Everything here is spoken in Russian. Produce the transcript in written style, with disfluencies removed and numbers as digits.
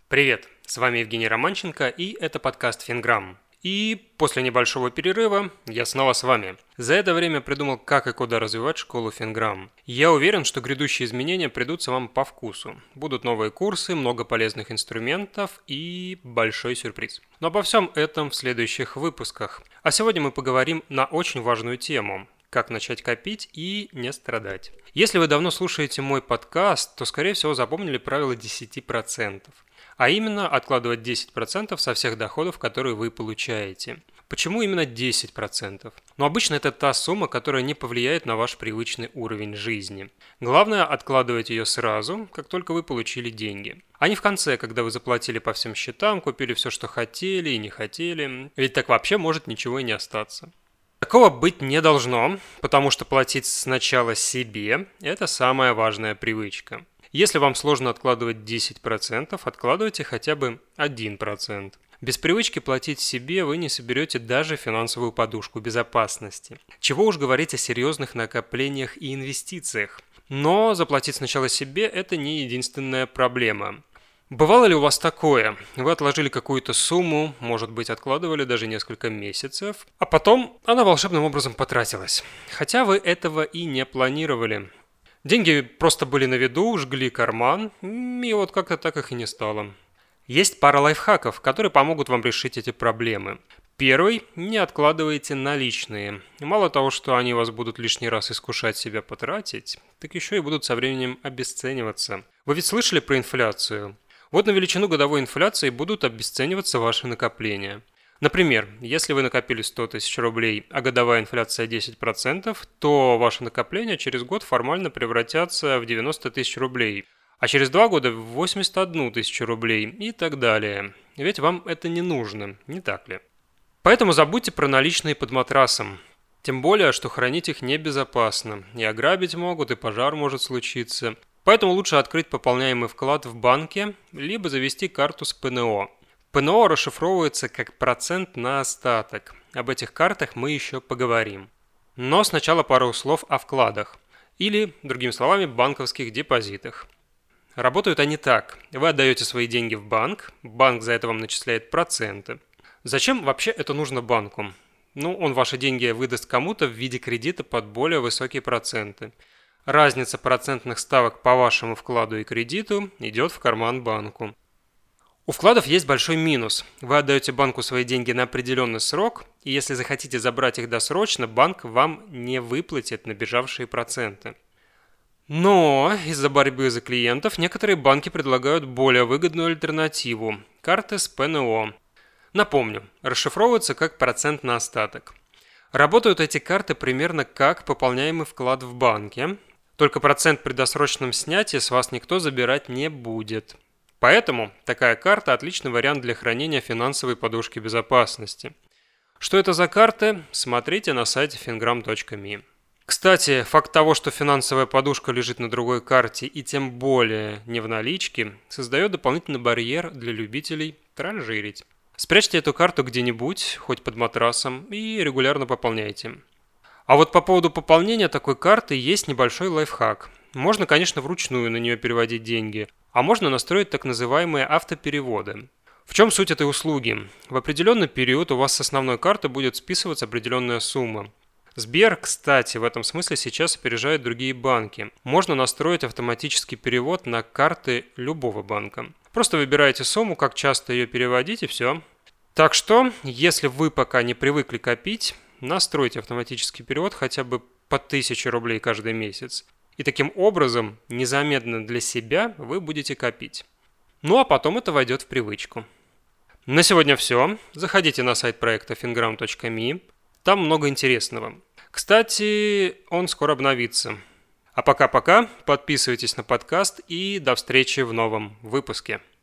Привет, с вами Евгений Романченко, и это подкаст «Финграмм». И после небольшого перерыва я снова с вами. За это время придумал, как и куда развивать школу «Финграмм». Я уверен, что грядущие изменения придутся вам по вкусу. Будут новые курсы, много полезных инструментов и большой сюрприз. Но обо всем этом в следующих выпусках. А сегодня мы поговорим на очень важную тему – как начать копить и не страдать. Если вы давно слушаете мой подкаст, то, скорее всего, запомнили правило 10%. А именно, откладывать 10% со всех доходов, которые вы получаете. Почему именно 10%? Обычно это та сумма, которая не повлияет на ваш привычный уровень жизни. Главное, откладывать ее сразу, как только вы получили деньги. А не в конце, когда вы заплатили по всем счетам, купили все, что хотели и не хотели. Ведь так вообще может ничего и не остаться. Такого быть не должно, потому что платить сначала себе – это самая важная привычка. Если вам сложно откладывать 10%, откладывайте хотя бы 1%. Без привычки платить себе вы не соберете даже финансовую подушку безопасности. Чего уж говорить о серьезных накоплениях и инвестициях. Но заплатить сначала себе – это не единственная проблема. Бывало ли у вас такое? Вы отложили какую-то сумму, может быть, откладывали даже несколько месяцев, а потом она волшебным образом потратилась. Хотя вы этого и не планировали. Деньги просто были на виду, жгли карман, и вот как-то так их и не стало. Есть пара лайфхаков, которые помогут вам решить эти проблемы. Первый – не откладывайте наличные. Мало того, что они вас будут лишний раз искушать себя потратить, так еще и будут со временем обесцениваться. Вы ведь слышали про инфляцию? Вот на величину годовой инфляции будут обесцениваться ваши накопления. Например, если вы накопили 100 тысяч рублей, а годовая инфляция 10%, то ваши накопления через год формально превратятся в 90 тысяч рублей, а через 2 года в 81 тысячу рублей и так далее. Ведь вам это не нужно, не так ли? Поэтому забудьте про наличные под матрасом. Тем более, что хранить их небезопасно. И ограбить могут, и пожар может случиться. Поэтому лучше открыть пополняемый вклад в банке, либо завести карту с ПНО. ПНО расшифровывается как процент на остаток. Об этих картах мы еще поговорим. Но сначала пару слов о вкладах. Или, другими словами, банковских депозитах. Работают они так. Вы отдаете свои деньги в банк за это вам начисляет проценты. Зачем вообще это нужно банку? Он ваши деньги выдаст кому-то в виде кредита под более высокие проценты. Разница процентных ставок по вашему вкладу и кредиту идет в карман банку. У вкладов есть большой минус. Вы отдаете банку свои деньги на определенный срок, и если захотите забрать их досрочно, банк вам не выплатит набежавшие проценты. Но из-за борьбы за клиентов некоторые банки предлагают более выгодную альтернативу – карты с ПНО. Напомню, расшифровываются как процент на остаток. Работают эти карты примерно как пополняемый вклад в банке, только процент при досрочном снятии с вас никто забирать не будет. Поэтому такая карта – отличный вариант для хранения финансовой подушки безопасности. Что это за карты? Смотрите на сайте fingram.me. Кстати, факт того, что финансовая подушка лежит на другой карте и тем более не в наличке, создает дополнительный барьер для любителей транжирить. Спрячьте эту карту где-нибудь, хоть под матрасом, и регулярно пополняйте. А вот по поводу пополнения такой карты есть небольшой лайфхак. Можно, конечно, вручную на нее переводить деньги, а можно настроить так называемые автопереводы. В чем суть этой услуги? В определенный период у вас с основной карты будет списываться определенная сумма. Сбер, кстати, в этом смысле сейчас опережает другие банки. Можно настроить автоматический перевод на карты любого банка. Просто выбираете сумму, как часто ее переводить, и все. Так что, если вы пока не привыкли копить, настройте автоматический перевод хотя бы по 1000 рублей каждый месяц. И таким образом, незаметно для себя вы будете копить. А потом это войдет в привычку. На сегодня все. Заходите на сайт проекта fingram.me. Там много интересного. Кстати, он скоро обновится. А пока-пока, подписывайтесь на подкаст и до встречи в новом выпуске.